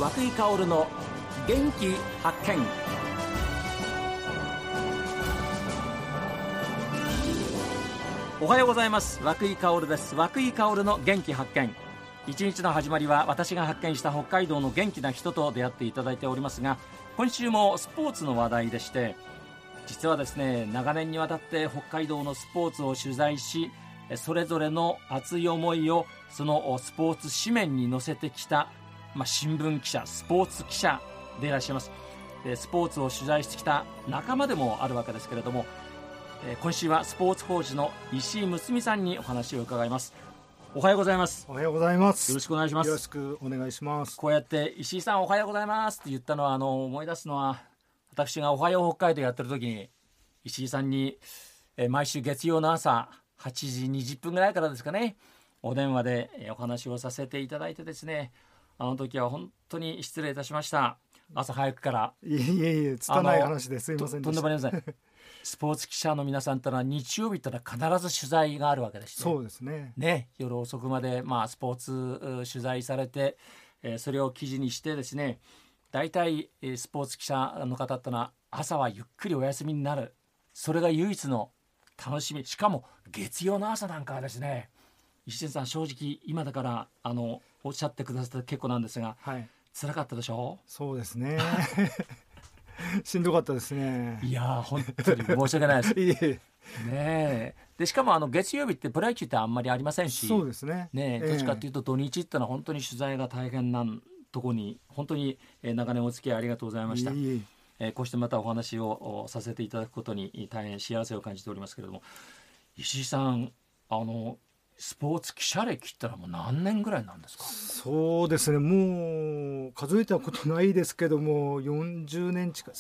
井薫の元気発見。おはようございます。涌井薫です。涌井薫の元気発見。一日の始まりは私が発見した北海道の元気な人と出会っていただいておりますが、今週もスポーツの話題でして、実はですね、長年にわたって北海道のスポーツを取材し、それぞれの熱い思いをそのスポーツ紙面に載せてきた、新聞記者、スポーツ記者でいらっしゃいます。スポーツを取材してきた仲間でもあるわけですけれども、今週はスポーツ報知の石井睦美さんにお話を伺います。おはようございます。 おはようございます。 よろしくお願いします。 よろしくお願いします。 こうやって石井さんおはようございますって言ったのは思い出すのは、私がおはよう北海道やってる時に石井さんに、毎週月曜の朝8時20分ぐらいからですかね、お電話でお話をさせていただいてですね、あの時は本当に失礼いたしました。朝早くから。 いえ拙い話ですいませんでした。 とんでもありません。スポーツ記者の皆さんというのは日曜日ってのは必ず取材があるわけですね。 そうですね。 夜遅くまで、スポーツ取材されて、それを記事にしてですね、大体スポーツ記者の方ってのは朝はゆっくりお休みになる。それが唯一の楽しみ。しかも月曜の朝なんかはですね、石井さん正直今だからおっしゃってくださって結構なんですが、 はい、 辛かったでしょう。 そうですねしんどかったですね。 いや本当に申し訳ないですいえね。でしかも月曜日ってプロ野球ってあんまりありませんし、 そうですね。 どっちかっていうと土日ってのは本当に取材が大変なとこに本当に長年お付き合いありがとうございました。こうしてまたお話をさせていただくことに大変幸せを感じておりますけれども、石井さんスポーツ記者歴ってのはもう何年ぐらいなんですか。 そうですね、もう数えたことないですけども40年近く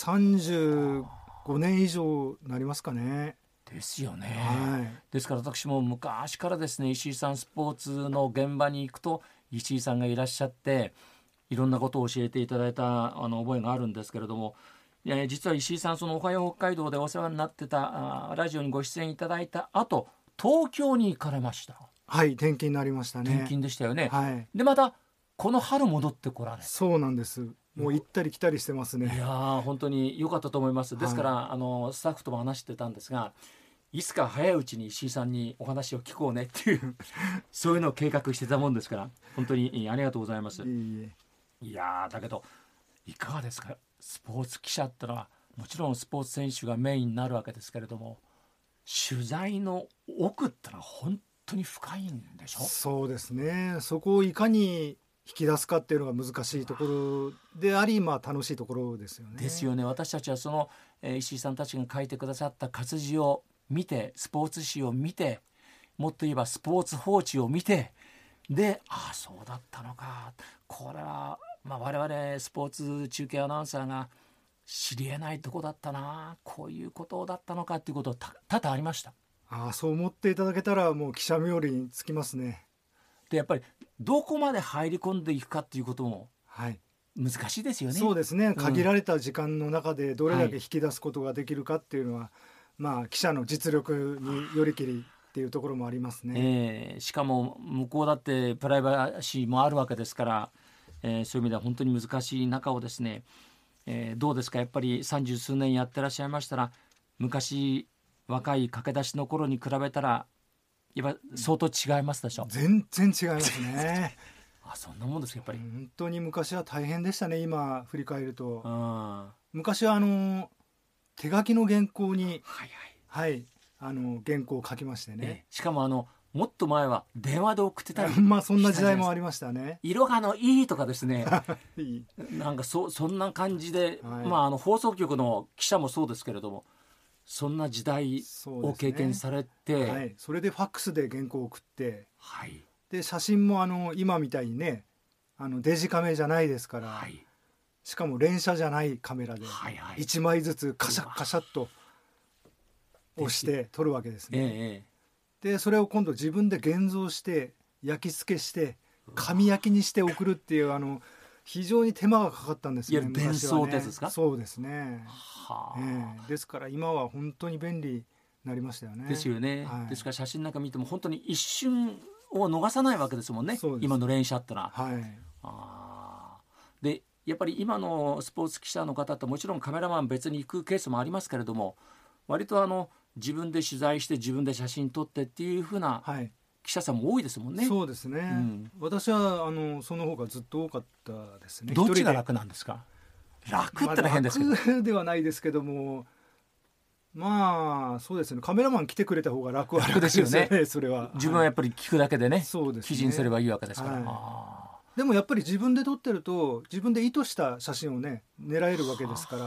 35年以上なりますかね。 ですよね、 はい、 ですから私も昔からですね、石井さんスポーツの現場に行くと石井さんがいらっしゃっていろんなことを教えていただいた覚えがあるんですけれども、実は石井さんそのおはよう北海道でお世話になってたラジオにご出演いただいた後、東京に行かれました。 はい、転勤になりましたね。 転勤でしたよね、 はい、 でまたこの春戻ってこられ。 そうなんです。もう行ったり来たりしてますね。 いや本当に良かったと思います。ですから、スタッフとも話してたんですが、いつか早いうちに石井さんにお話を聞こうねっていうそういうのを計画してたもんですから、本当にありがとうございます。いやだけどいかがですか。スポーツ記者ってのはもちろんスポーツ選手がメインになるわけですけれども、取材の奥ってのは本当に深いんでしょ。 そうですね、そこをいかに引き出すかっていうのが難しいところであり、楽しいところですよね。 ですよね。私たちはその、石井さんたちが書いてくださった活字を見て、スポーツ紙を見て、もっと言えばスポーツ報知を見て、でそうだったのか、これは、我々スポーツ中継アナウンサーが知り得ないとこだったな、こういうことだったのかっていうこと多々ありました。 そう思っていただけたらもう記者冥利につきますね。 でやっぱりどこまで入り込んでいくかっていうことも難しいですよね。 そうですね、限られた時間の中でどれだけ引き出すことができるかっていうのは、記者の実力によりきりっていうところもありますね。 しかも向こうだってプライバシーもあるわけですから、そういう意味では本当に難しい中をですね、どうですか、やっぱり30数年やってらっしゃいましたら、昔若い駆け出しの頃に比べたらやっぱ相当違いますでしょ。 全然違いますねそんなもんですか。やっぱり本当に昔は大変でしたね。今振り返ると、昔は手書きの原稿に、原稿を書きましてね、 しかももっと前は電話で送ってたりそんな時代もありましたね。 色がいいとかですねなんかそんな感じで、放送局の記者もそうですけれども、そんな時代を経験されて、 それでファックスで原稿を送って、で写真も今みたいにねデジカメじゃないですから、しかも連写じゃないカメラで1枚ずつカシャッカシャッと押して撮るわけですね。でそれを今度自分で現像して焼き付けして紙焼きにして送るっていう非常に手間がかかったんですよね。 伝送ですか。 そうですね。ですから今は本当に便利になりましたよね。 ですよね。ですから写真なんか見ても本当に一瞬を逃さないわけですもんね。今の連写ってのは。でやっぱり今のスポーツ記者の方ってもちろんカメラマン別に行くケースもありますけれども、割と自分で取材して自分で写真撮ってっていう風な記者さんも多いですもんね。 そうですね、私はその方がずっと多かったですね。 どっちが楽なんですか？楽ってのは変ですけど、 楽ではないですけども、まあそうですね、カメラマン来てくれた方が楽は楽ですよね。それは自分はやっぱり聞くだけでね、 そうですね、 記事にすればいいわけですから、 でもやっぱり自分で撮ってると自分で意図した写真をね狙えるわけですから、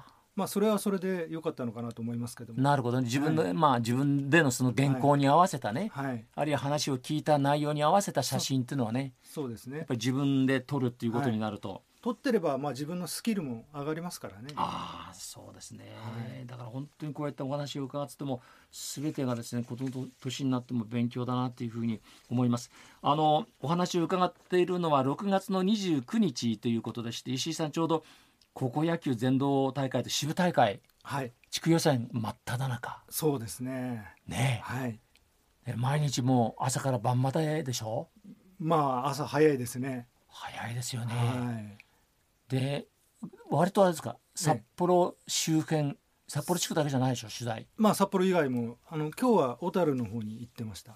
まあそれはそれで良かったのかなと思いますけども。 なるほど、自分で、自分でのその原稿に合わせたね、あるいは話を聞いた内容に合わせた写真っていうのはね、 そうですね、 やっぱり自分で撮るっていうことになると、 撮ってれば自分のスキルも上がりますからね。 そうですね、だから本当にこうやってお話を伺っても全てがですね、この年になっても勉強だなというふうに思います。お話を伺っているのは6月の29日ということでして、石井さんちょうど高校野球全道大会と支部大会、地区予選真っ只中。 そうですね。 毎日もう朝から晩まででしょ。 朝早いですね。 早いですよね。で割とあれですか、札幌周辺、札幌地区だけじゃないでしょ取材。 札幌以外も今日は小樽の方に行ってました。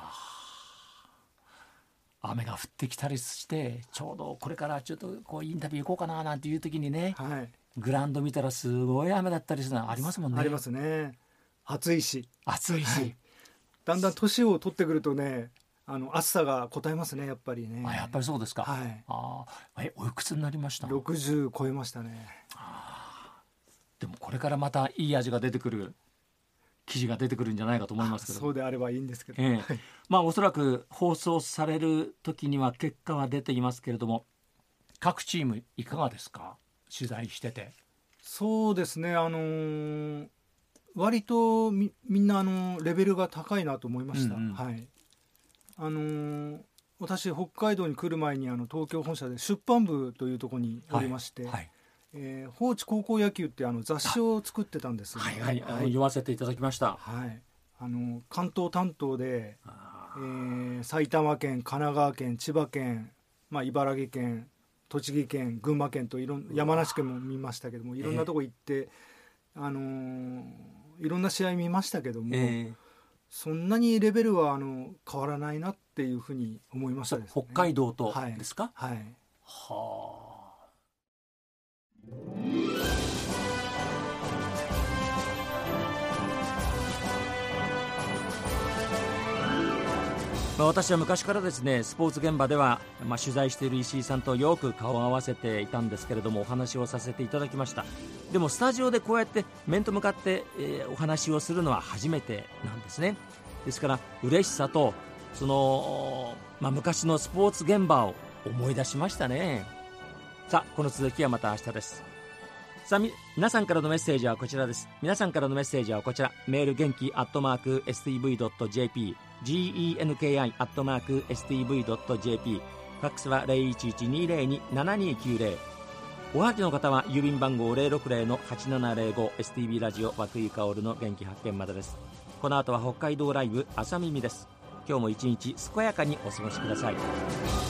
雨が降ってきたりしてちょうどこれからちょっとこうインタビュー行こうかななんていう時にね、グラウンド見たらすごい雨だったりするのありますもんね。 ありますね。暑いし、だんだん年を取ってくるとね、暑さが応えますね、やっぱりね。 やっぱりそうですか。おいくつになりました ？60超えましたね。 でもこれからまたいい味が出てくる記事が出てくるんじゃないかと思いますけど。 そうであればいいんですけど、 おそらく放送される時には結果は出ていますけれども、各チームいかがですか、取材してて。 そうですね、割とみんなレベルが高いなと思いました。私北海道に来る前に東京本社で出版部というところにおりまして、放置高校野球って雑誌を作ってたんですよ、 読ませていただきました。 関東担当で、埼玉県、神奈川県、千葉県、茨城県、栃木県、群馬県と山梨県も見ましたけども、いろんなとこ行って、いろんな試合見ましたけども、そんなにレベルは変わらないなっていうふうに思いましたですね。 北海道とですか？私は昔からですね、スポーツ現場では、取材している石井さんとよく顔を合わせていたんですけれども、お話をさせていただきました。でもスタジオでこうやって面と向かって、お話をするのは初めてなんですね。ですから嬉しさとその、昔のスポーツ現場を思い出しましたね。さあ、この続きはまた明日です。さあ、皆さんからのメッセージはこちらです。皆さんからのメッセージはこちら、メール元気@stv.jp、genki@stv.jp、 ファックスは 0112027290。 おはぎの方は郵便番号 060-8705 STV ラジオ和久井薫の元気発見までです。この後は北海道ライブ朝耳です。今日も一日健やかにお過ごしください。